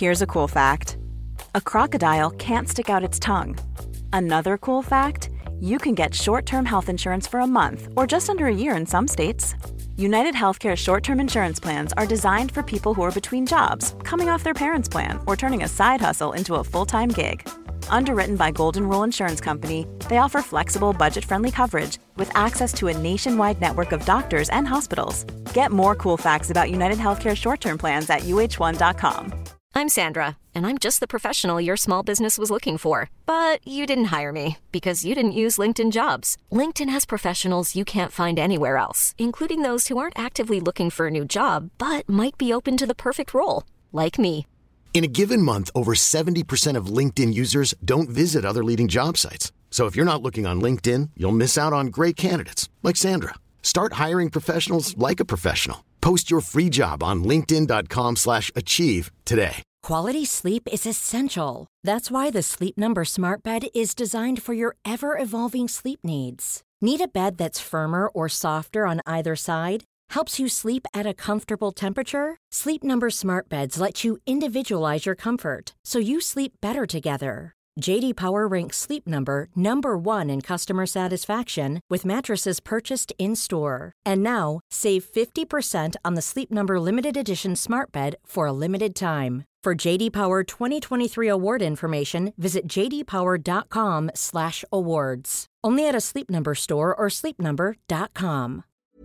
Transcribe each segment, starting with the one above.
Here's a cool fact. A crocodile can't stick out its tongue. Another cool fact, you can get short-term health insurance for a month or just under a year in some states. United Healthcare short-term insurance plans are designed for people who are between jobs, coming off their parents' plan, or turning a side hustle into a full-time gig. Underwritten by Golden Rule Insurance Company, they offer flexible, budget-friendly coverage with access to a nationwide network of doctors and hospitals. Get more cool facts about United Healthcare short-term plans at uh1.com. I'm Sandra, and I'm just the professional your small business was looking for. But you didn't hire me because you didn't use LinkedIn Jobs. LinkedIn has professionals you can't find anywhere else, including those who aren't actively looking for a new job, but might be open to the perfect role, like me. In a given month, over 70% of LinkedIn users don't visit other leading job sites. So if you're not looking on LinkedIn, you'll miss out on great candidates like Sandra. Start hiring professionals like a professional. Post your free job on linkedin.com/achieve today. Quality sleep is essential. That's why the Sleep Number Smart Bed is designed for your ever-evolving sleep needs. Need a bed that's firmer or softer on either side? Helps you sleep at a comfortable temperature? Sleep Number Smart Beds let you individualize your comfort so you sleep better together. JD Power ranks Sleep Number #1 in customer satisfaction with mattresses purchased in-store. And now, save 50% on the Sleep Number Limited Edition Smart Bed for a limited time. For JD Power 2023 award information, visit jdpower.com/awards. Only at a Sleep Number store or sleepnumber.com.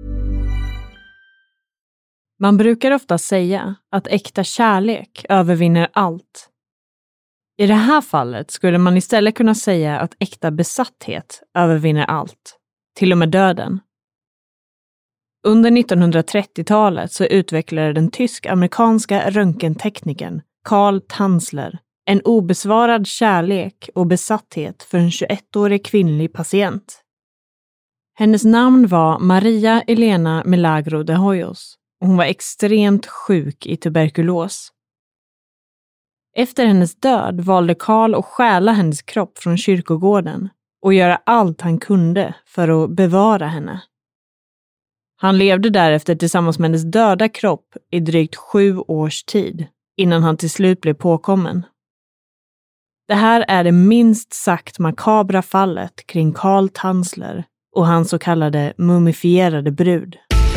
Man brukar ofta säga att äkta kärlek övervinner allt. I det här fallet skulle man istället kunna säga att äkta besatthet övervinner allt, till och med döden. Under 1930-talet så utvecklade den tysk-amerikanska röntgenteknikern Carl Tanzler en obesvarad kärlek och besatthet för en 21-årig kvinnlig patient. Hennes namn var Maria Elena Milagro de Hoyos och hon var extremt sjuk i tuberkulos. Efter hennes död valde Carl att stjäla hennes kropp från kyrkogården och göra allt han kunde för att bevara henne. Han levde därefter tillsammans med hennes döda kropp i drygt 7 års tid innan han till slut blev påkommen. Det här är det minst sagt makabra fallet kring Carl Tanzler och hans så kallade mumifierade brud.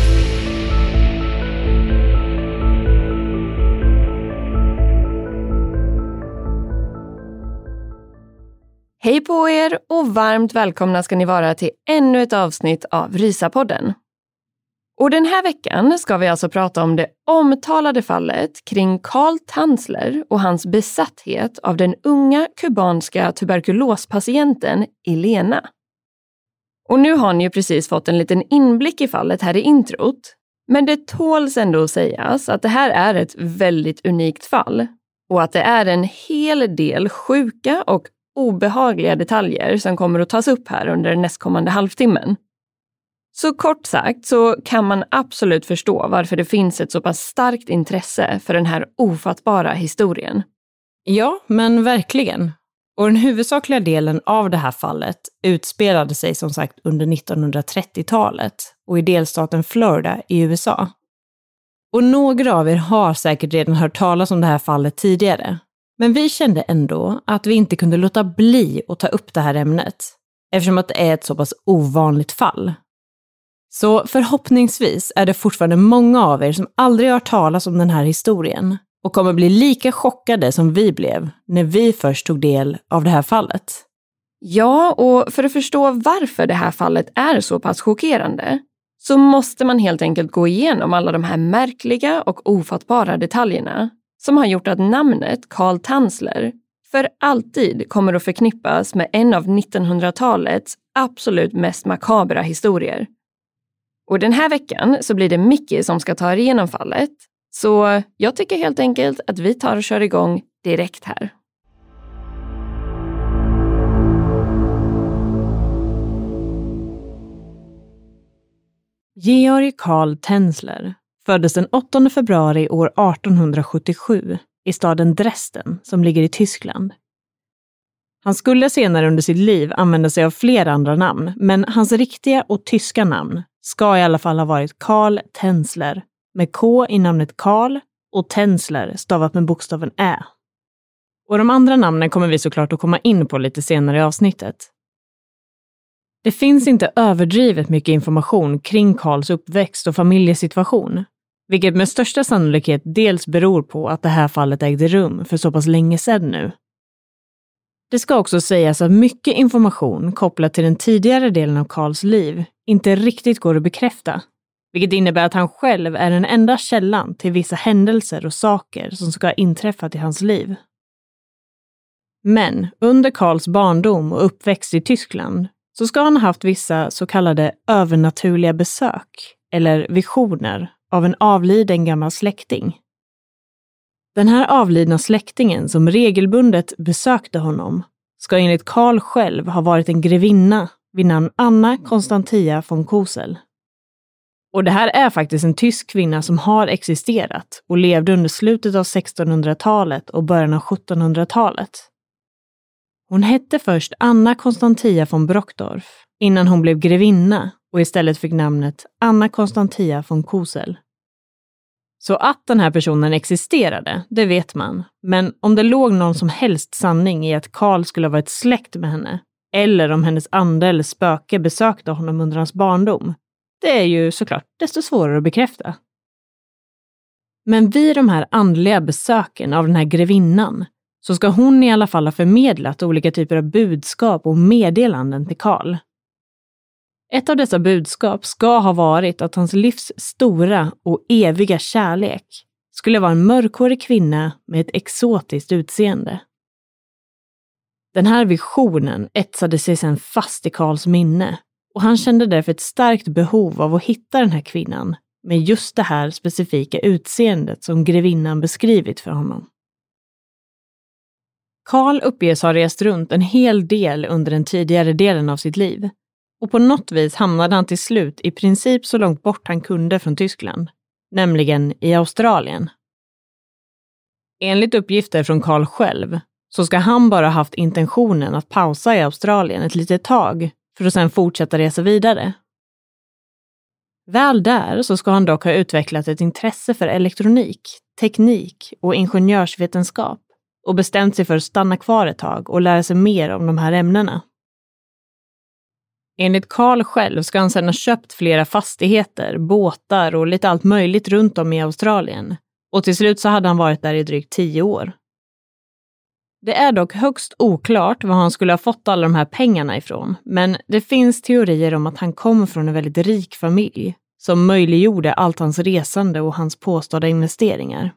Hej på er och varmt välkomna ska ni vara till ännu ett avsnitt av Rysapodden. Och den här veckan ska vi alltså prata om det omtalade fallet kring Carl Tanzler och hans besatthet av den unga kubanska tuberkulospatienten Elena. Och nu har ni ju precis fått en liten inblick i fallet här i introt, men det tåls ändå att sägas att det här är ett väldigt unikt fall och att det är en hel del sjuka och obehagliga detaljer som kommer att tas upp här under den nästkommande halvtimmen. Så kort sagt så kan man absolut förstå varför det finns ett så pass starkt intresse för den här ofattbara historien. Ja, men verkligen. Och den huvudsakliga delen av det här fallet utspelade sig som sagt under 1930-talet och i delstaten Florida i USA. Och några av er har säkert redan hört talas om det här fallet tidigare. Men vi kände ändå att vi inte kunde låta bli att ta upp det här ämnet, eftersom att det är ett så pass ovanligt fall. Så förhoppningsvis är det fortfarande många av er som aldrig har hört talas om den här historien och kommer bli lika chockade som vi blev när vi först tog del av det här fallet. Ja, och för att förstå varför det här fallet är så pass chockerande så måste man helt enkelt gå igenom alla de här märkliga och ofattbara detaljerna som har gjort att namnet Carl Tanzler för alltid kommer att förknippas med en av 1900-talets absolut mest makabra historier. Och den här veckan så blir det Micke som ska ta er igenom fallet, så jag tycker helt enkelt att vi tar och kör igång direkt här. Georg Carl Tanzler föddes den 8 februari år 1877 i staden Dresden som ligger i Tyskland. Han skulle senare under sitt liv använda sig av flera andra namn, men hans riktiga och tyska namn ska i alla fall ha varit Carl Tanzler med K i namnet Carl och Tänzler stavat med bokstaven Ä. Och de andra namnen kommer vi såklart att komma in på lite senare i avsnittet. Det finns inte överdrivet mycket information kring Karls uppväxt och familjesituation, vilket med största sannolikhet dels beror på att det här fallet ägde rum för så pass länge sedan nu. Det ska också sägas att mycket information kopplat till den tidigare delen av Karls liv inte riktigt går att bekräfta, vilket innebär att han själv är den enda källan till vissa händelser och saker som ska ha inträffat i hans liv. Men under Karls barndom och uppväxt i Tyskland så ska han ha haft vissa så kallade övernaturliga besök eller visioner av en avliden gammal släkting. Den här avlidna släktingen som regelbundet besökte honom ska enligt Karl själv ha varit en grevinna vid namn Anna Constantia von Kosel. Och det här är faktiskt en tysk kvinna som har existerat och levde under slutet av 1600-talet och början av 1700-talet. Hon hette först Anna Constantia von Brockdorff innan hon blev grevinna och istället fick namnet Anna Constantia von Kosel. Så att den här personen existerade, det vet man. Men om det låg någon som helst sanning i att Karl skulle ha varit släkt med henne, eller om hennes ande eller spöke besökte honom under hans barndom, det är ju såklart desto svårare att bekräfta. Men vid de här andliga besöken av den här grevinnan så ska hon i alla fall ha förmedlat olika typer av budskap och meddelanden till Karl. Ett av dessa budskap ska ha varit att hans livs stora och eviga kärlek skulle vara en mörkhårig kvinna med ett exotiskt utseende. Den här visionen etsade sig sedan fast i Karls minne och han kände därför ett starkt behov av att hitta den här kvinnan med just det här specifika utseendet som grevinnan beskrivit för honom. Karl uppges ha rest runt en hel del under den tidigare delen av sitt liv. Och på något vis hamnade han till slut i princip så långt bort han kunde från Tyskland, nämligen i Australien. Enligt uppgifter från Karl själv så ska han bara haft intentionen att pausa i Australien ett litet tag för att sedan fortsätta resa vidare. Väl där så ska han dock ha utvecklat ett intresse för elektronik, teknik och ingenjörsvetenskap och bestämt sig för att stanna kvar ett tag och lära sig mer om de här ämnena. Enligt Karl själv ska han sedan ha köpt flera fastigheter, båtar och lite allt möjligt runt om i Australien. Och till slut så hade han varit där i drygt 10 år. Det är dock högst oklart var han skulle ha fått alla de här pengarna ifrån. Men det finns teorier om att han kom från en väldigt rik familj som möjliggjorde allt hans resande och hans påstådda investeringar.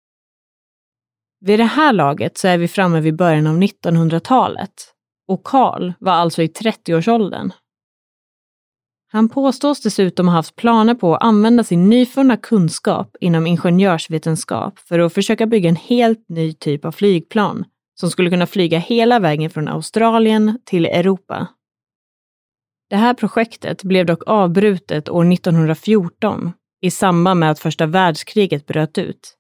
Vid det här laget så är vi framme vid början av 1900-talet. Och Karl var alltså i 30-årsåldern. Han påstås dessutom ha haft planer på att använda sin nyfunna kunskap inom ingenjörsvetenskap för att försöka bygga en helt ny typ av flygplan som skulle kunna flyga hela vägen från Australien till Europa. Det här projektet blev dock avbrutet år 1914 i samband med att första världskriget bröt ut.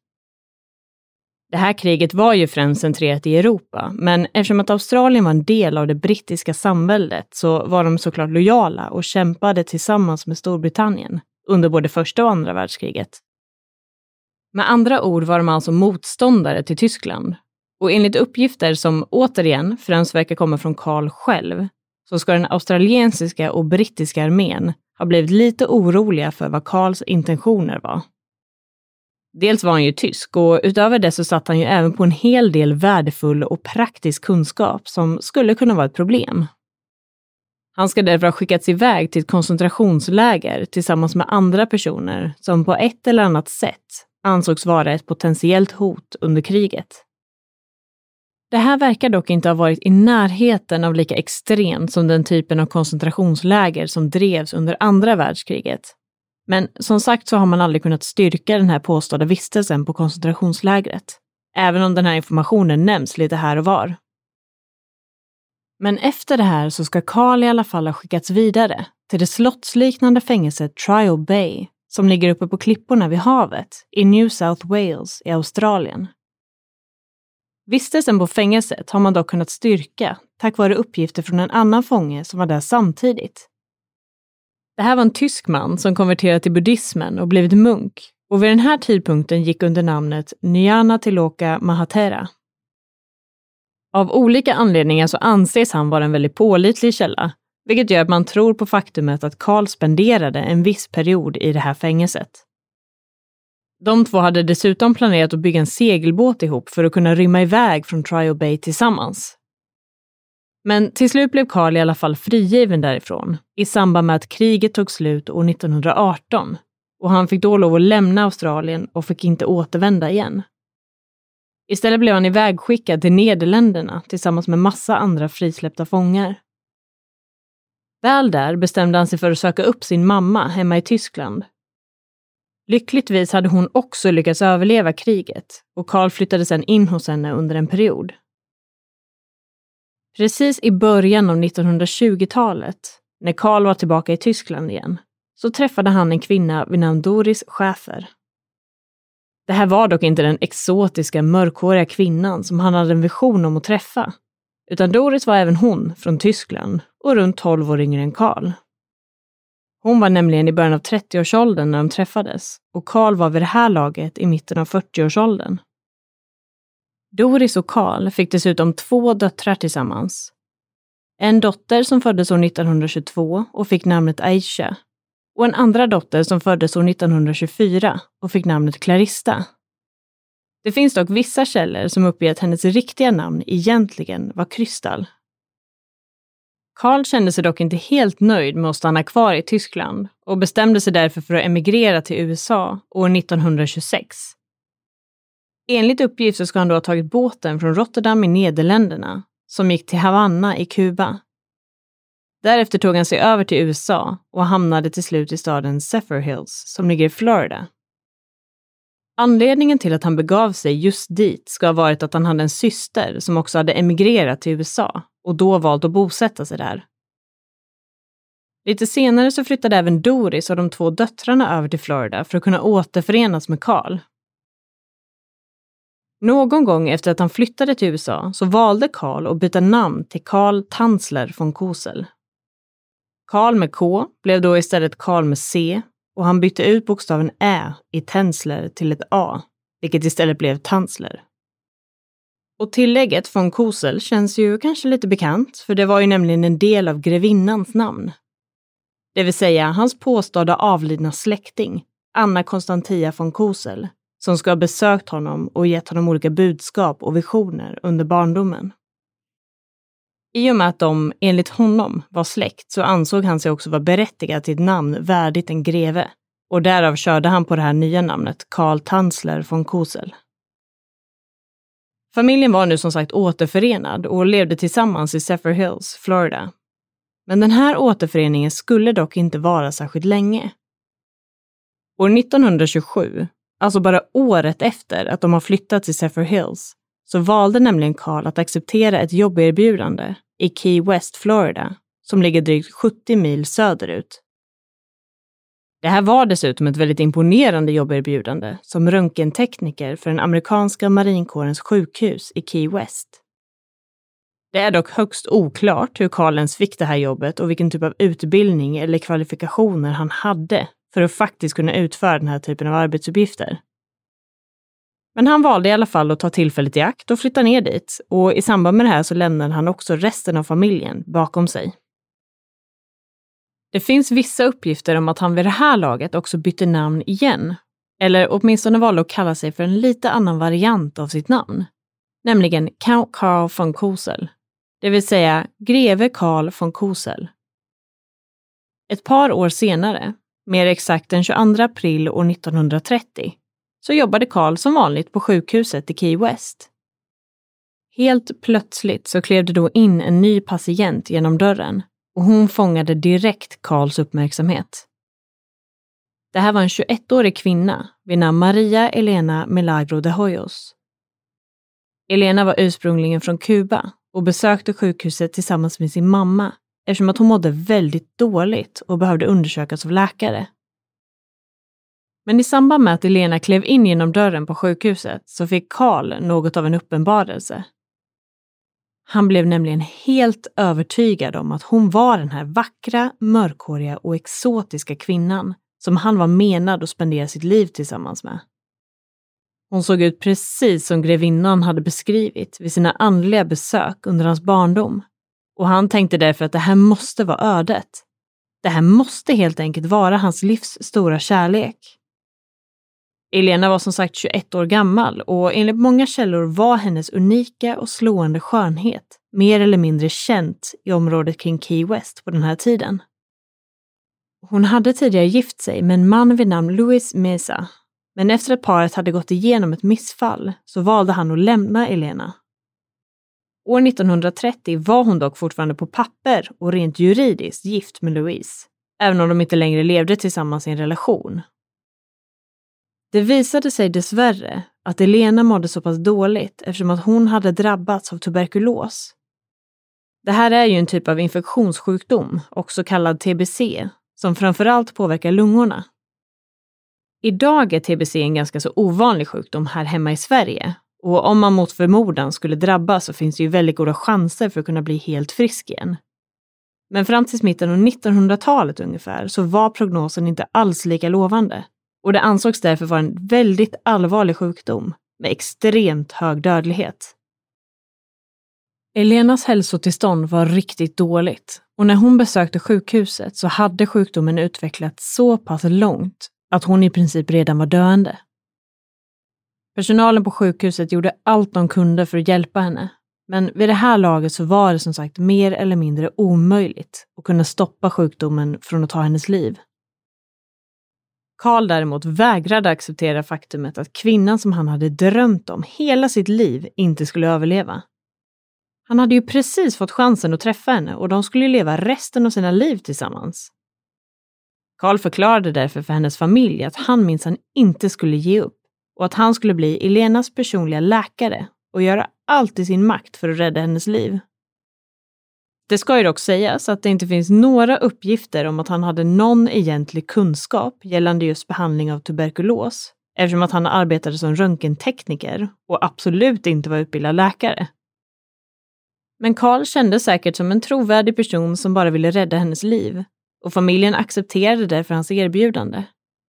Det här kriget var ju främst centrerat i Europa, men eftersom att Australien var en del av det brittiska samväldet så var de såklart lojala och kämpade tillsammans med Storbritannien under både första och andra världskriget. Med andra ord var de alltså motståndare till Tyskland. Och enligt uppgifter som återigen främst verkar komma från Karl själv så ska den australiensiska och brittiska armén ha blivit lite oroliga för vad Karls intentioner var. Dels var han ju tysk och utöver det så satt han ju även på en hel del värdefull och praktisk kunskap som skulle kunna vara ett problem. Han ska därför ha skickats iväg till ett koncentrationsläger tillsammans med andra personer som på ett eller annat sätt ansågs vara ett potentiellt hot under kriget. Det här verkar dock inte ha varit i närheten av lika extremt som den typen av koncentrationsläger som drevs under andra världskriget. Men som sagt så har man aldrig kunnat styrka den här påstådda vistelsen på koncentrationslägret, även om den här informationen nämns lite här och var. Men efter det här så ska Karl i alla fall ha skickats vidare till det slottsliknande fängelset Trial Bay som ligger uppe på klipporna vid havet i New South Wales i Australien. Vistelsen på fängelset har man dock kunnat styrka tack vare uppgifter från en annan fånge som var där samtidigt. Det här var en tysk man som konverterat till buddhismen och blivit munk och vid den här tidpunkten gick under namnet Nyana Tiloka Mahatera. Av olika anledningar så anses han vara en väldigt pålitlig källa, vilket gör att man tror på faktumet att Carl spenderade en viss period i det här fängelset. De två hade dessutom planerat att bygga en segelbåt ihop för att kunna rymma iväg från Trial Bay tillsammans. Men till slut blev Carl i alla fall frigiven därifrån i samband med att kriget tog slut år 1918 och han fick då lov att lämna Australien och fick inte återvända igen. Istället blev han ivägskickad till Nederländerna tillsammans med massa andra frisläppta fångar. Väl där bestämde han sig för att söka upp sin mamma hemma i Tyskland. Lyckligtvis hade hon också lyckats överleva kriget och Carl flyttade sedan in hos henne under en period. Precis i början av 1920-talet, när Carl var tillbaka i Tyskland igen, så träffade han en kvinna vid namn Doris Schäfer. Det här var dock inte den exotiska mörkhåriga kvinnan som han hade en vision om att träffa, utan Doris var även hon från Tyskland och runt 12 år yngre än Carl. Hon var nämligen i början av 30-årsåldern när de träffades och Carl var vid det här laget i mitten av 40-årsåldern. Doris och Carl fick dessutom 2 döttrar tillsammans. En dotter som föddes år 1922 och fick namnet Aisha och en andra dotter som föddes år 1924 och fick namnet Clarista. Det finns dock vissa källor som uppger att hennes riktiga namn egentligen var Krystal. Carl kände sig dock inte helt nöjd med att stanna kvar i Tyskland och bestämde sig därför för att emigrera till USA år 1926. Enligt uppgift så ska han då ha tagit båten från Rotterdam i Nederländerna som gick till Havanna i Kuba. Därefter tog han sig över till USA och hamnade till slut i staden Zephyrhills som ligger i Florida. Anledningen till att han begav sig just dit ska ha varit att han hade en syster som också hade emigrerat till USA och då valt att bosätta sig där. Lite senare så flyttade även Doris och de 2 döttrarna över till Florida för att kunna återförenas med Carl. Någon gång efter att han flyttade till USA så valde Carl att byta namn till Carl Tanzler von Kosel. Carl med K blev då istället Carl med C och han bytte ut bokstaven Ä i Tänzler till ett A, vilket istället blev Tanzler. Och tillägget von Kosel känns ju kanske lite bekant, för det var ju nämligen en del av grevinnans namn. Det vill säga hans påstådda avlidna släkting, Anna Constantia von Kosel, som ska ha besökt honom och gett honom olika budskap och visioner under barndomen. I och med att de, enligt honom, var släkt så ansåg han sig också vara berättigad till ett namn värdigt en greve och därav körde han på det här nya namnet Carl Tanzler von Kosel. Familjen var nu som sagt återförenad och levde tillsammans i Zephyrhills, Florida. Men den här återföreningen skulle dock inte vara särskilt länge. År 1927, alltså bara året efter att de har flyttat till Zephyrhills, så valde nämligen Carl att acceptera ett jobberbjudande i Key West, Florida, som ligger drygt 70 mil söderut. Det här var dessutom ett väldigt imponerande jobberbjudande som röntgentekniker för den amerikanska marinkårens sjukhus i Key West. Det är dock högst oklart hur Carl ens fick det här jobbet och vilken typ av utbildning eller kvalifikationer han hade för att faktiskt kunna utföra den här typen av arbetsuppgifter. Men han valde i alla fall att ta tillfället i akt och flytta ner dit och i samband med det här så lämnade han också resten av familjen bakom sig. Det finns vissa uppgifter om att han vid det här laget också bytte namn igen, eller åtminstone valde att kalla sig för en lite annan variant av sitt namn, nämligen Count Carl von Kosel, det vill säga greve Carl von Kosel. Ett par år senare, mer exakt den 22 april år 1930, så jobbade Carl som vanligt på sjukhuset i Key West. Helt plötsligt så klev det då in en ny patient genom dörren och hon fångade direkt Carls uppmärksamhet. Det här var en 21-årig kvinna vid namn Maria Elena Milagro de Hoyos. Elena var ursprungligen från Kuba och besökte sjukhuset tillsammans med sin mamma eftersom att hon mådde väldigt dåligt och behövde undersökas av läkare. Men i samband med att Elena klev in genom dörren på sjukhuset så fick Carl något av en uppenbarelse. Han blev nämligen helt övertygad om att hon var den här vackra, mörkhåriga och exotiska kvinnan som han var menad att spendera sitt liv tillsammans med. Hon såg ut precis som grevinnan hade beskrivit vid sina andliga besök under hans barndom. Och han tänkte därför att det här måste vara ödet. Det här måste helt enkelt vara hans livs stora kärlek. Elena var som sagt 21 år gammal och enligt många källor var hennes unika och slående skönhet mer eller mindre känt i området kring Key West på den här tiden. Hon hade tidigare gift sig med en man vid namn Louis Mesa, men efter att paret hade gått igenom ett missfall så valde han att lämna Elena. År 1930 var hon dock fortfarande på papper och rent juridiskt gift med Louise, även om de inte längre levde tillsammans i en relation. Det visade sig dessvärre att Elena mådde så pass dåligt eftersom att hon hade drabbats av tuberkulos. Det här är ju en typ av infektionssjukdom, också kallad TBC, som framförallt påverkar lungorna. Idag är TBC en ganska så ovanlig sjukdom här hemma i Sverige. Och om man mot förmodan skulle drabbas så finns det ju väldigt goda chanser för att kunna bli helt frisk igen. Men fram till mitten av 1900-talet ungefär så var prognosen inte alls lika lovande. Och det ansågs därför vara en väldigt allvarlig sjukdom med extremt hög dödlighet. Elenas hälsotillstånd var riktigt dåligt och när hon besökte sjukhuset så hade sjukdomen utvecklats så pass långt att hon i princip redan var döende. Personalen på sjukhuset gjorde allt de kunde för att hjälpa henne, men vid det här laget så var det som sagt mer eller mindre omöjligt att kunna stoppa sjukdomen från att ta hennes liv. Carl däremot vägrade acceptera faktumet att kvinnan som han hade drömt om hela sitt liv inte skulle överleva. Han hade ju precis fått chansen att träffa henne och de skulle ju leva resten av sina liv tillsammans. Carl förklarade därför för hennes familj att han minsann inte skulle ge upp och att han skulle bli Elenas personliga läkare och göra allt i sin makt för att rädda hennes liv. Det ska ju dock sägas att det inte finns några uppgifter om att han hade någon egentlig kunskap gällande just behandling av tuberkulos, eftersom att han arbetade som röntgentekniker och absolut inte var utbildad läkare. Men Carl kände säkert som en trovärdig person som bara ville rädda hennes liv, och familjen accepterade därför hans erbjudande.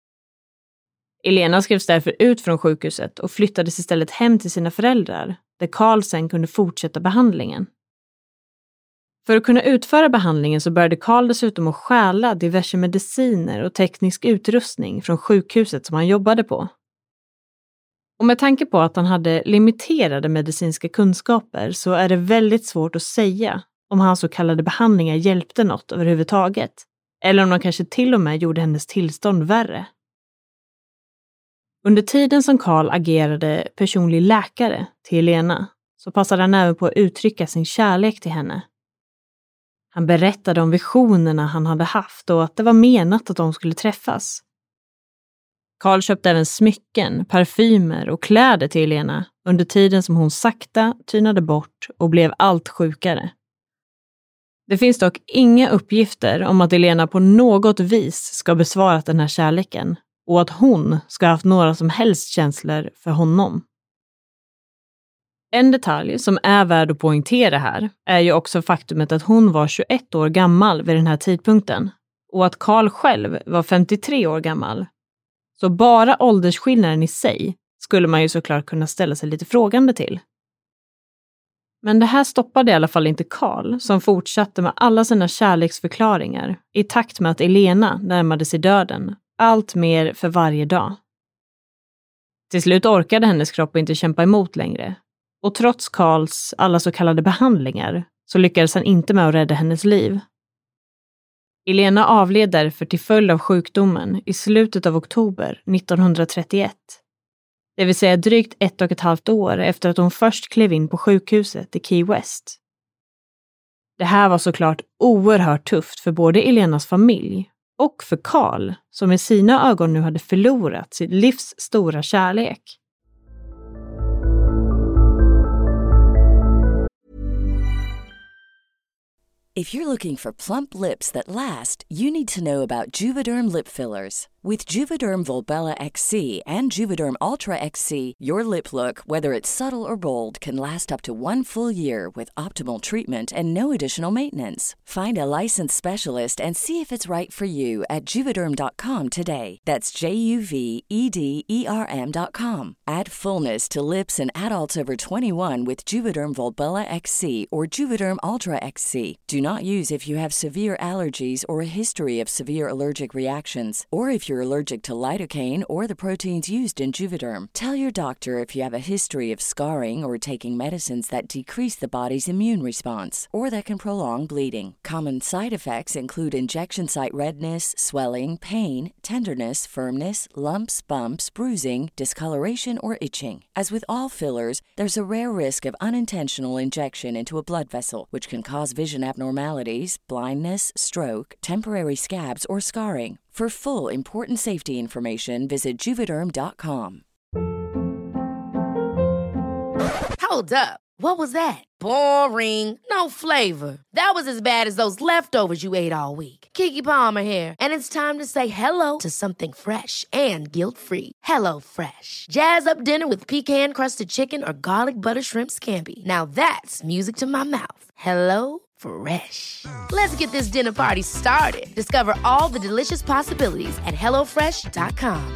Elena skrevs därför ut från sjukhuset och flyttades istället hem till sina föräldrar, där Carl sen kunde fortsätta behandlingen. För att kunna utföra behandlingen så började Carl dessutom att stjäla diverse mediciner och teknisk utrustning från sjukhuset som han jobbade på. Och med tanke på att han hade limiterade medicinska kunskaper så är det väldigt svårt att säga om hans så kallade behandlingar hjälpte något överhuvudtaget, eller om de kanske till och med gjorde hennes tillstånd värre. Under tiden som Carl agerade personlig läkare till Elena så passade han även på att uttrycka sin kärlek till henne. Han berättade om visionerna han hade haft och att det var menat att de skulle träffas. Carl köpte även smycken, parfymer och kläder till Elena under tiden som hon sakta tynade bort och blev allt sjukare. Det finns dock inga uppgifter om att Elena på något vis ska besvarat den här kärleken och att hon ska ha haft några som helst känslor för honom. En detalj som är värd att poängtera här är ju också faktumet att hon var 21 år gammal vid den här tidpunkten och att Carl själv var 53 år gammal. Så bara åldersskillnaden i sig skulle man ju såklart kunna ställa sig lite frågande till. Men det här stoppade i alla fall inte Carl som fortsatte med alla sina kärleksförklaringar i takt med att Elena närmade sig döden allt mer för varje dag. Till slut orkade hennes kropp inte kämpa emot längre. Och trots Carls alla så kallade behandlingar så lyckades han inte med att rädda hennes liv. Elena avled därför till följd av sjukdomen i slutet av oktober 1931. Det vill säga drygt 1,5 år efter att hon först klev in på sjukhuset i Key West. Det här var såklart oerhört tufft för både Elenas familj och för Carl som i sina ögon nu hade förlorat sitt livs stora kärlek. If you're looking for plump lips that last, you need to know about Juvederm lip fillers. With Juvederm Volbella XC and Juvederm Ultra XC, your lip look, whether it's subtle or bold, can last up to 1 full year with optimal treatment and no additional maintenance. Find a licensed specialist and see if it's right for you at Juvederm.com today. That's JUVEDERM.com. Add fullness to lips in adults over 21 with Juvederm Volbella XC or Juvederm Ultra XC. Do not use if you have severe allergies or a history of severe allergic reactions, or if you're allergic to lidocaine or the proteins used in Juvederm. Tell your doctor if you have a history of scarring or taking medicines that decrease the body's immune response or that can prolong bleeding. Common side effects include injection site redness, swelling, pain, tenderness, firmness, lumps, bumps, bruising, discoloration, or itching. As with all fillers, there's a rare risk of unintentional injection into a blood vessel, which can cause vision abnormalities, blindness, stroke, temporary scabs, or scarring. For full, important safety information, visit Juvederm.com. Hold up. What was that? Boring. No flavor. That was as bad as those leftovers you ate all week. Keke Palmer here, and it's time to say hello to something fresh and guilt-free. Hello Fresh. Jazz up dinner with pecan-crusted chicken or garlic butter shrimp scampi. Now that's music to my mouth. Hello Fresh. Let's get this dinner party started. Discover all the delicious possibilities at HelloFresh.com.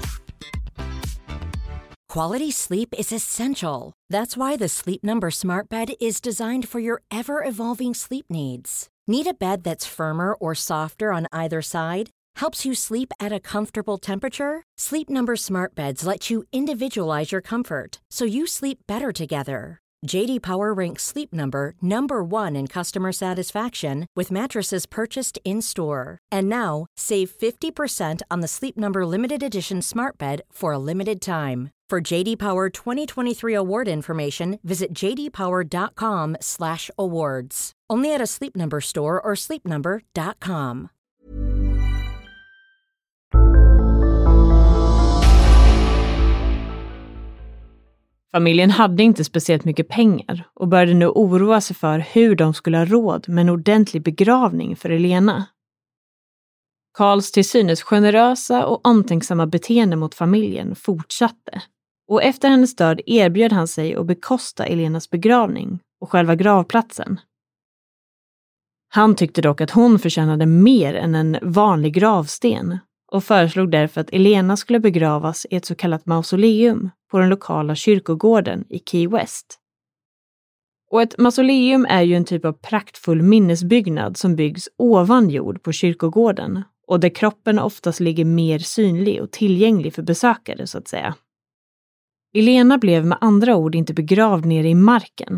Quality sleep is essential. That's why the Sleep Number Smart Bed is designed for your ever-evolving sleep needs. Need a bed that's firmer or softer on either side? Helps you sleep at a comfortable temperature? Sleep Number Smart Beds let you individualize your comfort, so you sleep better together. J.D. Power ranks Sleep Number #1 in customer satisfaction with mattresses purchased in-store. And now, save 50% on the Sleep Number Limited Edition Smart Bed for a limited time. For J.D. Power 2023 award information, visit jdpower.com/awards. Only at a Sleep Number store or sleepnumber.com. Familjen hade inte speciellt mycket pengar och började nu oroa sig för hur de skulle ha råd med en ordentlig begravning för Elena. Karls till synes generösa och omtänksamma beteende mot familjen fortsatte, och efter hennes död erbjöd han sig att bekosta Elenas begravning och själva gravplatsen. Han tyckte dock att hon förtjänade mer än en vanlig gravsten och föreslog därför att Elena skulle begravas i ett så kallat mausoleum på den lokala kyrkogården i Key West. Och ett mausoleum är ju en typ av praktfull minnesbyggnad som byggs ovan jord på kyrkogården och där kroppen oftast ligger mer synlig och tillgänglig för besökare så att säga. Elena blev med andra ord inte begravd nere i marken.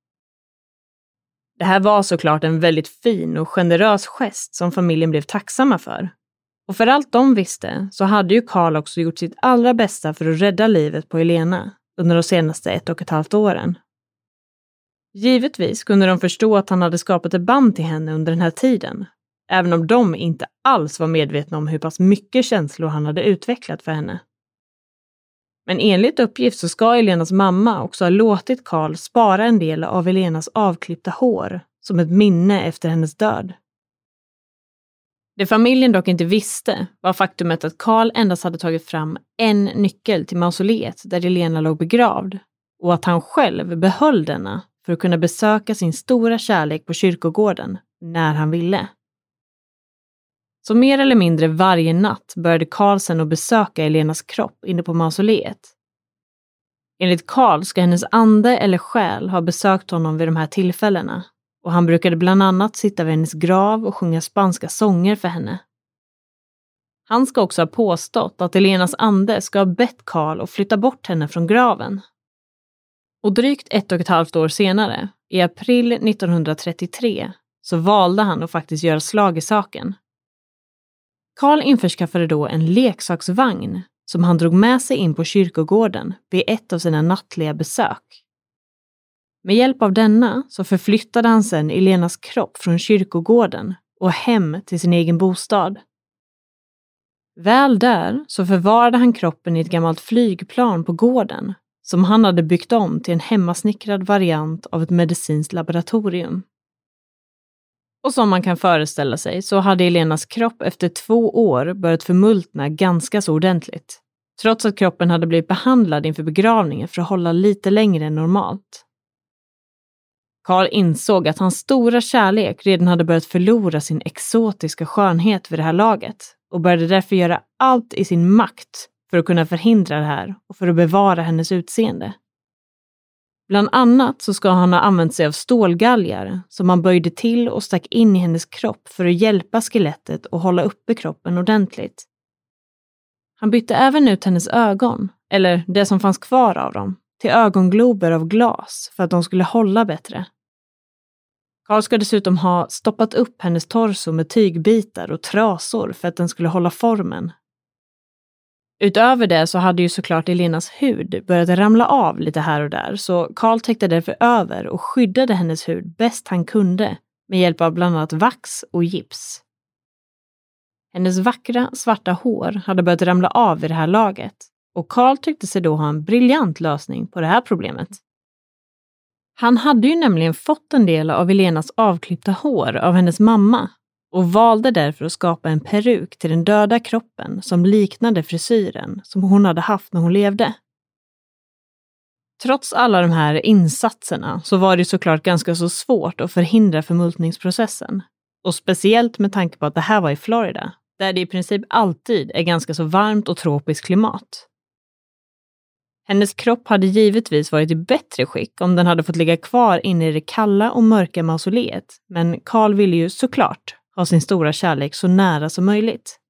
Det här var såklart en väldigt fin och generös gest som familjen blev tacksamma för. Och för allt de visste så hade ju Karl också gjort sitt allra bästa för att rädda livet på Elena under de senaste 1,5 åren. Givetvis kunde de förstå att han hade skapat ett band till henne under den här tiden, även om de inte alls var medvetna om hur pass mycket känslor han hade utvecklat för henne. Men enligt uppgift så ska Elenas mamma också ha låtit Karl spara en del av Elenas avklippta hår som ett minne efter hennes död. Det familjen dock inte visste var faktumet att Karl endast hade tagit fram en nyckel till mausoleet där Elena låg begravd och att han själv behöll denna för att kunna besöka sin stora kärlek på kyrkogården när han ville. Så mer eller mindre varje natt började Karl sedan att besöka Elenas kropp inne på mausoleet. Enligt Karl ska hennes ande eller själ ha besökt honom vid de här tillfällena, och han brukade bland annat sitta vid hennes grav och sjunga spanska sånger för henne. Han ska också ha påstått att Elenas ande ska ha bett Karl att flytta bort henne från graven. Och drygt 1,5 år senare, i april 1933, så valde han att faktiskt göra slag i saken. Karl införskaffade då en leksaksvagn som han drog med sig in på kyrkogården vid ett av sina nattliga besök. Med hjälp av denna så förflyttade han sedan Elenas kropp från kyrkogården och hem till sin egen bostad. Väl där så förvarade han kroppen i ett gammalt flygplan på gården som han hade byggt om till en hemmasnickrad variant av ett medicinskt laboratorium. Och som man kan föreställa sig så hade Elenas kropp efter 2 år börjat förmultna ganska så ordentligt. Trots att kroppen hade blivit behandlad inför begravningen för att hålla lite längre än normalt. Carl insåg att hans stora kärlek redan hade börjat förlora sin exotiska skönhet vid det här laget och började därför göra allt i sin makt för att kunna förhindra det här och för att bevara hennes utseende. Bland annat så ska han ha använt sig av stålgalgar som han böjde till och stack in i hennes kropp för att hjälpa skelettet och hålla uppe kroppen ordentligt. Han bytte även ut hennes ögon, eller det som fanns kvar av dem, till ögonglober av glas för att de skulle hålla bättre. Carl ska dessutom ha stoppat upp hennes torso med tygbitar och trasor för att den skulle hålla formen. Utöver det så hade ju såklart Elenas hud börjat ramla av lite här och där, så Carl täckte därför över och skyddade hennes hud bäst han kunde med hjälp av bland annat vax och gips. Hennes vackra svarta hår hade börjat ramla av i det här laget och Carl tyckte sig då ha en briljant lösning på det här problemet. Han hade ju nämligen fått en del av Elenas avklippta hår av hennes mamma och valde därför att skapa en peruk till den döda kroppen som liknade frisyren som hon hade haft när hon levde. Trots alla de här insatserna så var det såklart ganska så svårt att förhindra förmultningsprocessen. Och speciellt med tanke på att det här var i Florida, där det i princip alltid är ganska så varmt och tropiskt klimat. Hennes kropp hade givetvis varit i bättre skick om den hade fått ligga kvar inne i det kalla och mörka mausoleet, men Carl ville ju såklart ha sin stora kärlek så nära som möjligt.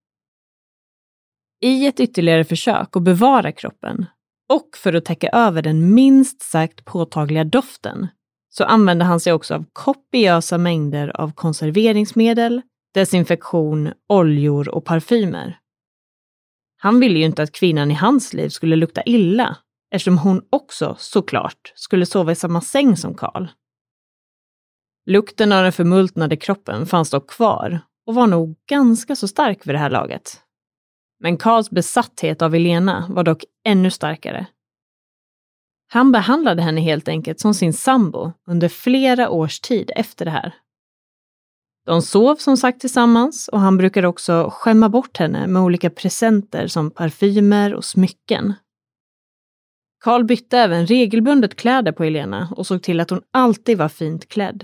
I ett ytterligare försök att bevara kroppen och för att täcka över den minst sagt påtagliga doften så använde han sig också av kopiösa mängder av konserveringsmedel, desinfektion, oljor och parfymer. Han ville ju inte att kvinnan i hans liv skulle lukta illa eftersom hon också såklart skulle sova i samma säng som Carl. Lukten av den förmultnade kroppen fanns dock kvar och var nog ganska så stark vid det här laget. Men Carls besatthet av Elena var dock ännu starkare. Han behandlade henne helt enkelt som sin sambo under flera års tid efter det här. De sov som sagt tillsammans och han brukade också skämma bort henne med olika presenter som parfymer och smycken. Carl bytte även regelbundet kläder på Elena och såg till att hon alltid var fint klädd.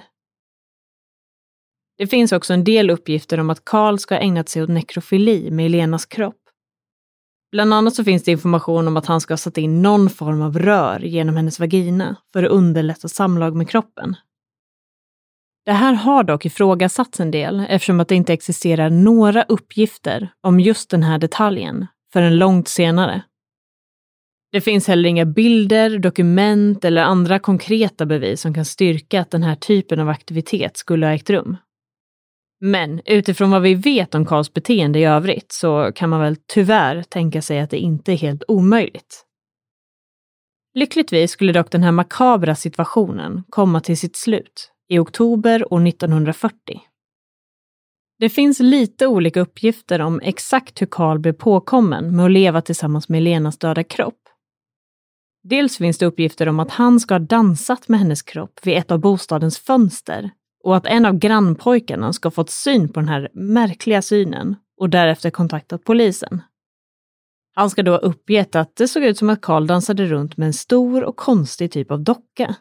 Det finns också en del uppgifter om att Carl ska ha ägnat sig åt nekrofili med Elenas kropp. Bland annat så finns det information om att han ska ha satt in någon form av rör genom hennes vagina för att underlätta samlag med kroppen. Det här har dock ifrågasatts en del eftersom att det inte existerar några uppgifter om just den här detaljen förrän långt senare. Det finns heller inga bilder, dokument eller andra konkreta bevis som kan styrka att den här typen av aktivitet skulle ha ägt rum. Men utifrån vad vi vet om Carls beteende i övrigt så kan man väl tyvärr tänka sig att det inte är helt omöjligt. Lyckligtvis skulle dock den här makabra situationen komma till sitt slut i oktober år 1940. Det finns lite olika uppgifter om exakt hur Carl blev påkommen med att leva tillsammans med Elenas döda kropp. Dels finns det uppgifter om att han ska ha dansat med hennes kropp vid ett av bostadens fönster och att en av grannpojkarna ska ha fått syn på den här märkliga synen och därefter kontaktat polisen. Han ska då ha uppgett att det såg ut som att Carl dansade runt med en stor och konstig typ av docka.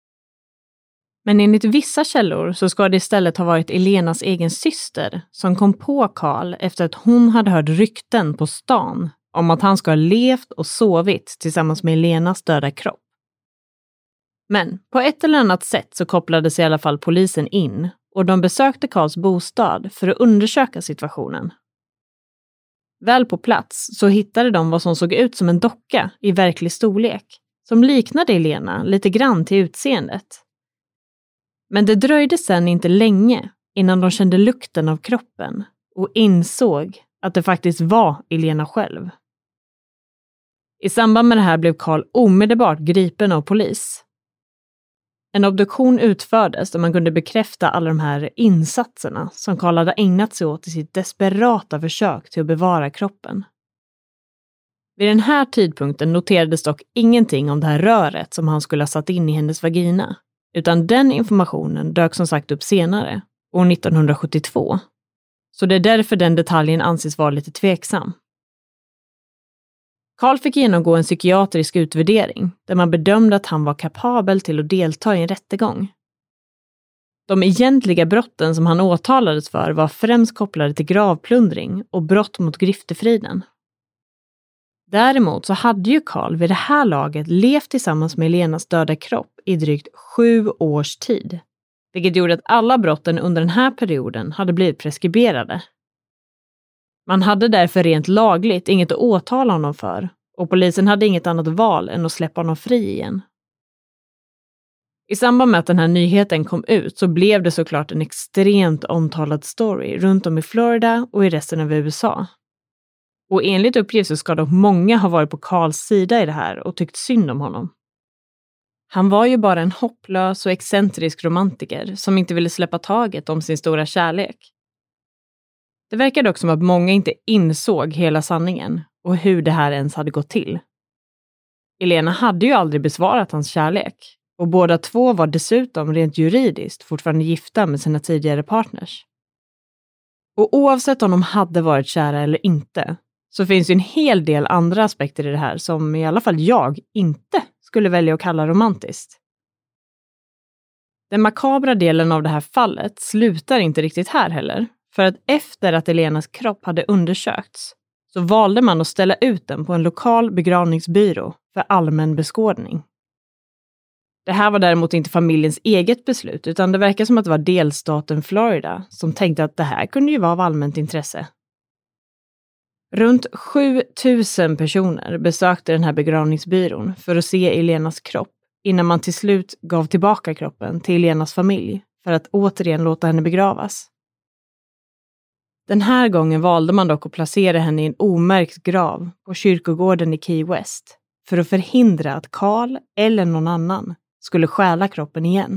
Men enligt vissa källor så ska det istället ha varit Elenas egen syster som kom på Carl efter att hon hade hört rykten på stan om att han ska ha levt och sovit tillsammans med Elenas döda kropp. Men på ett eller annat sätt så kopplades i alla fall polisen in och de besökte Carls bostad för att undersöka situationen. Väl på plats så hittade de vad som såg ut som en docka i verklig storlek som liknade Elena lite grann till utseendet. Men det dröjde sedan inte länge innan de kände lukten av kroppen och insåg att det faktiskt var Elena själv. I samband med det här blev Carl omedelbart gripen av polis. En obduktion utfördes där man kunde bekräfta alla de här insatserna som Carl hade ägnat sig åt i sitt desperata försök till att bevara kroppen. Vid den här tidpunkten noterades dock ingenting om det här röret som han skulle ha satt in i hennes vagina, utan den informationen dök som sagt upp senare år 1972. Så det är därför den detaljen anses vara lite tveksam. Carl fick genomgå en psykiatrisk utvärdering där man bedömde att han var kapabel till att delta i en rättegång. De egentliga brotten som han åtalades för var främst kopplade till gravplundring och brott mot griftefriden. Däremot så hade ju Carl vid det här laget levt tillsammans med Elenas döda kropp i drygt 7 års tid, vilket gjorde att alla brotten under den här perioden hade blivit preskriberade. Man hade därför rent lagligt inget att åtala honom för, och polisen hade inget annat val än att släppa honom fri igen. I samband med att den här nyheten kom ut så blev det såklart en extremt omtalad story runt om i Florida och i resten av USA. Och enligt uppgift så ska dock många ha varit på Carls sida i det här och tyckt synd om honom. Han var ju bara en hopplös och excentrisk romantiker som inte ville släppa taget om sin stora kärlek. Det verkar dock som att många inte insåg hela sanningen och hur det här ens hade gått till. Elena hade ju aldrig besvarat hans kärlek, och båda två var dessutom rent juridiskt fortfarande gifta med sina tidigare partners. Och oavsett om de hade varit kära eller inte, så finns ju en hel del andra aspekter i det här som i alla fall jag inte skulle välja att kalla romantiskt. Den makabra delen av det här fallet slutar inte riktigt här heller, för att efter att Elenas kropp hade undersökts så valde man att ställa ut den på en lokal begravningsbyrå för allmän beskådning. Det här var däremot inte familjens eget beslut, utan det verkar som att det var delstaten Florida som tänkte att det här kunde ju vara av allmänt intresse. Runt 7000 personer besökte den här begravningsbyrån för att se Elenas kropp innan man till slut gav tillbaka kroppen till Elenas familj för att återigen låta henne begravas. Den här gången valde man dock att placera henne i en omärkt grav på kyrkogården i Key West för att förhindra att Carl eller någon annan skulle stjäla kroppen igen.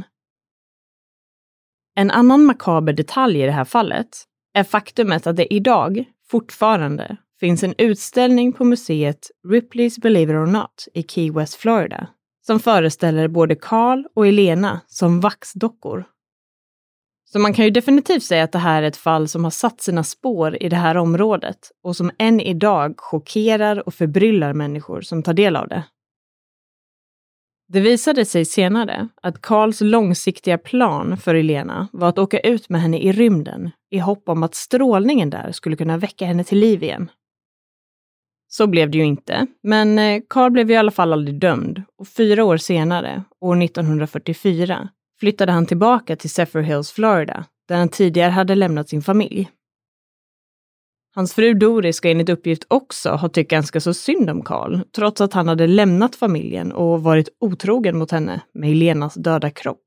En annan makaber detalj i det här fallet är faktumet att det idag fortfarande finns en utställning på museet Ripley's Believe It or Not i Key West, Florida, som föreställer både Carl och Elena som vaxdockor. Så man kan ju definitivt säga att det här är ett fall som har satt sina spår i det här området och som än idag chockerar och förbryllar människor som tar del av det. Det visade sig senare att Carls långsiktiga plan för Elena var att åka ut med henne i rymden i hopp om att strålningen där skulle kunna väcka henne till liv igen. Så blev det ju inte, men Carl blev i alla fall aldrig dömd och 4 år senare, år 1944, flyttade han tillbaka till Zephyr Hills, Florida, där han tidigare hade lämnat sin familj. Hans fru Doris ska enligt uppgift också ha tyckt ganska så synd om Carl, trots att han hade lämnat familjen och varit otrogen mot henne med Elenas döda kropp.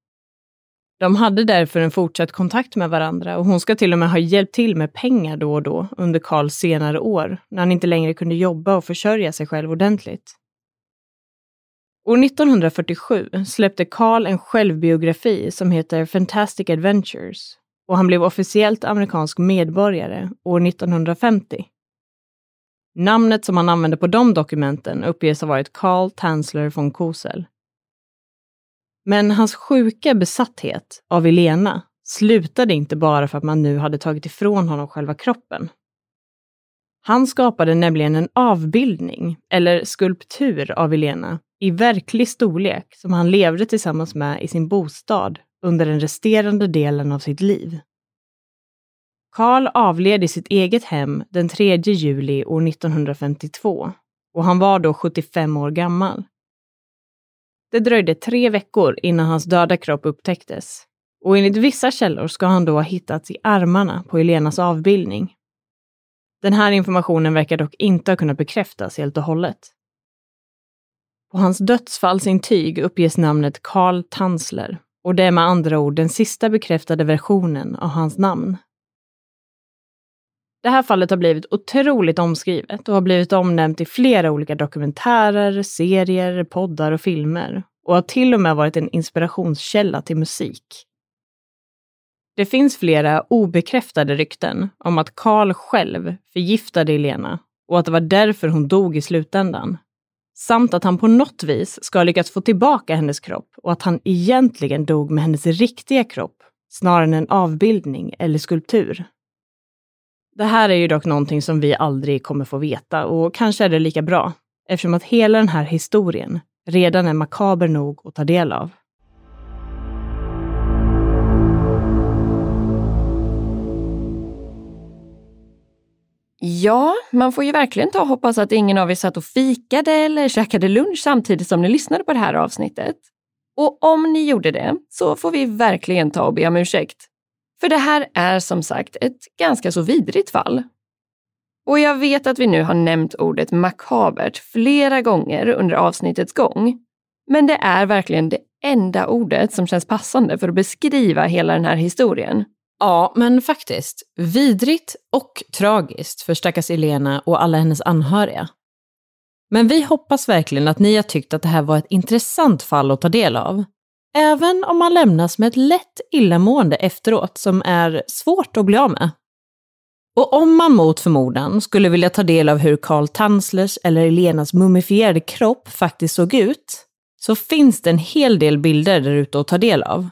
De hade därför en fortsatt kontakt med varandra och hon ska till och med ha hjälpt till med pengar då och då under Carls senare år, när han inte längre kunde jobba och försörja sig själv ordentligt. År 1947 släppte Carl en självbiografi som heter Fantastic Adventures och han blev officiellt amerikansk medborgare år 1950. Namnet som han använde på de dokumenten uppges ha varit Carl Tanzler von Kosel. Men hans sjuka besatthet av Elena slutade inte bara för att man nu hade tagit ifrån honom själva kroppen. Han skapade nämligen en avbildning eller skulptur av Elena i verklig storlek som han levde tillsammans med i sin bostad under den resterande delen av sitt liv. Carl avled i sitt eget hem den 3 juli år 1952 och han var då 75 år gammal. Det dröjde 3 veckor innan hans döda kropp upptäcktes och enligt vissa källor ska han då ha hittats i armarna på Elenas avbildning. Den här informationen verkar dock inte ha kunnat bekräftas helt och hållet. På hans dödsfallsintyg uppges namnet Carl Tanzler och det är med andra ord den sista bekräftade versionen av hans namn. Det här fallet har blivit otroligt omskrivet och har blivit omnämnt i flera olika dokumentärer, serier, poddar och filmer och har till och med varit en inspirationskälla till musik. Det finns flera obekräftade rykten om att Carl själv förgiftade Elena och att det var därför hon dog i slutändan. Samt att han på något vis ska ha lyckats få tillbaka hennes kropp och att han egentligen dog med hennes riktiga kropp snarare än en avbildning eller skulptur. Det här är ju dock någonting som vi aldrig kommer få veta, och kanske är det lika bra, eftersom att hela den här historien redan är makaber nog att ta del av. Ja, man får ju verkligen ta och hoppas att ingen av er satt och fikade eller käkade lunch samtidigt som ni lyssnade på det här avsnittet. Och om ni gjorde det så får vi verkligen ta och be om ursäkt. För det här är som sagt ett ganska så vidrigt fall. Och jag vet att vi nu har nämnt ordet makabert flera gånger under avsnittets gång. Men det är verkligen det enda ordet som känns passande för att beskriva hela den här historien. Ja, men faktiskt. Vidrigt och tragiskt för stackars Elena och alla hennes anhöriga. Men vi hoppas verkligen att ni har tyckt att det här var ett intressant fall att ta del av. Även om man lämnas med ett lätt illamående efteråt som är svårt att bli av med. Och om man mot förmodan skulle vilja ta del av hur Carl Tanzlers eller Elenas mumifierade kropp faktiskt såg ut, så finns det en hel del bilder där ute att ta del av.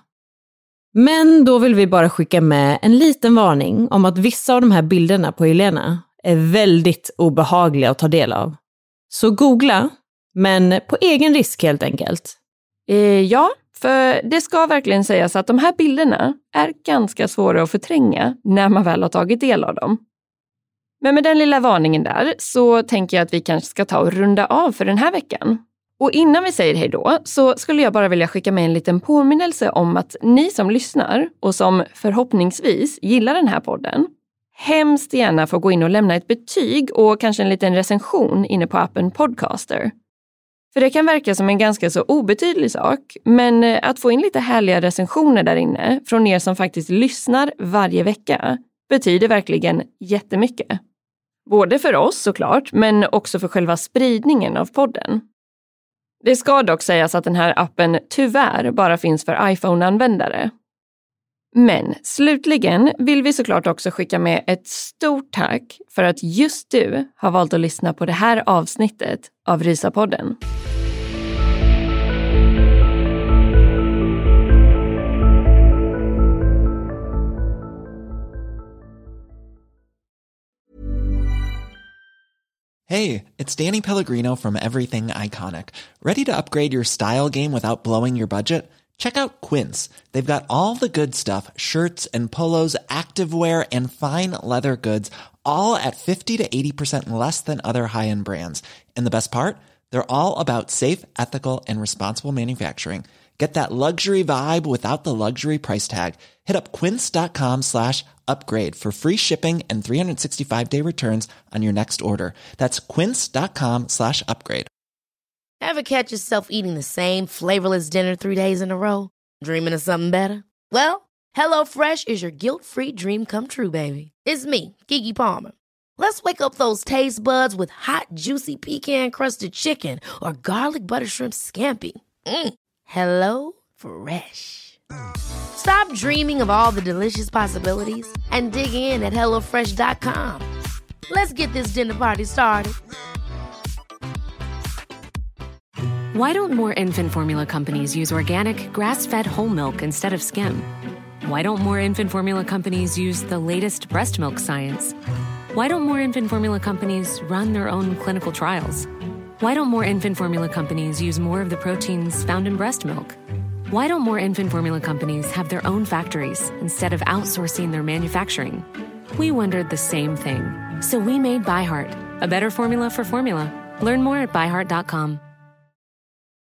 Men då vill vi bara skicka med en liten varning om att vissa av de här bilderna på Elena är väldigt obehagliga att ta del av. Så googla, men på egen risk helt enkelt. Ja, för det ska verkligen sägas att de här bilderna är ganska svåra att förtränga när man väl har tagit del av dem. Men med den lilla varningen där så tänker jag att vi kanske ska ta och runda av för den här veckan. Och innan vi säger hej då så skulle jag bara vilja skicka med en liten påminnelse om att ni som lyssnar och som förhoppningsvis gillar den här podden hemskt gärna får gå in och lämna ett betyg och kanske en liten recension inne på appen Podcaster. För det kan verka som en ganska så obetydlig sak, men att få in lite härliga recensioner där inne från er som faktiskt lyssnar varje vecka betyder verkligen jättemycket. Både för oss såklart, men också för själva spridningen av podden. Det ska dock sägas att den här appen tyvärr bara finns för iPhone-användare. Men slutligen vill vi såklart också skicka med ett stort tack för att just du har valt att lyssna på det här avsnittet av Rysapodden. Hey, it's Danny Pellegrino from Everything Iconic. Ready to upgrade your style game without blowing your budget? Check out Quince. They've got all the good stuff, shirts and polos, activewear and fine leather goods, all at 50 to 80% less than other high-end brands. And the best part? They're all about safe, ethical and responsible manufacturing. Get that luxury vibe without the luxury price tag. Hit up quince.com/upgrade for free shipping and 365-day returns on your next order. That's quince.com/upgrade. Ever catch yourself eating the same flavorless dinner 3 days in a row? Dreaming of something better? Well, HelloFresh is your guilt-free dream come true, baby. It's me, Keke Palmer. Let's wake up those taste buds with hot, juicy pecan-crusted chicken or garlic butter shrimp scampi. Hello Fresh. Stop dreaming of all the delicious possibilities and dig in at HelloFresh.com. Let's get this dinner party started. Why don't more infant formula companies use organic, grass-fed whole milk instead of skim? Why don't more infant formula companies use the latest breast milk science? Why don't more infant formula companies run their own clinical trials? Why don't more infant formula companies use more of the proteins found in breast milk? Why don't more infant formula companies have their own factories instead of outsourcing their manufacturing? We wondered the same thing. So we made ByHeart, a better formula for formula. Learn more at byheart.com.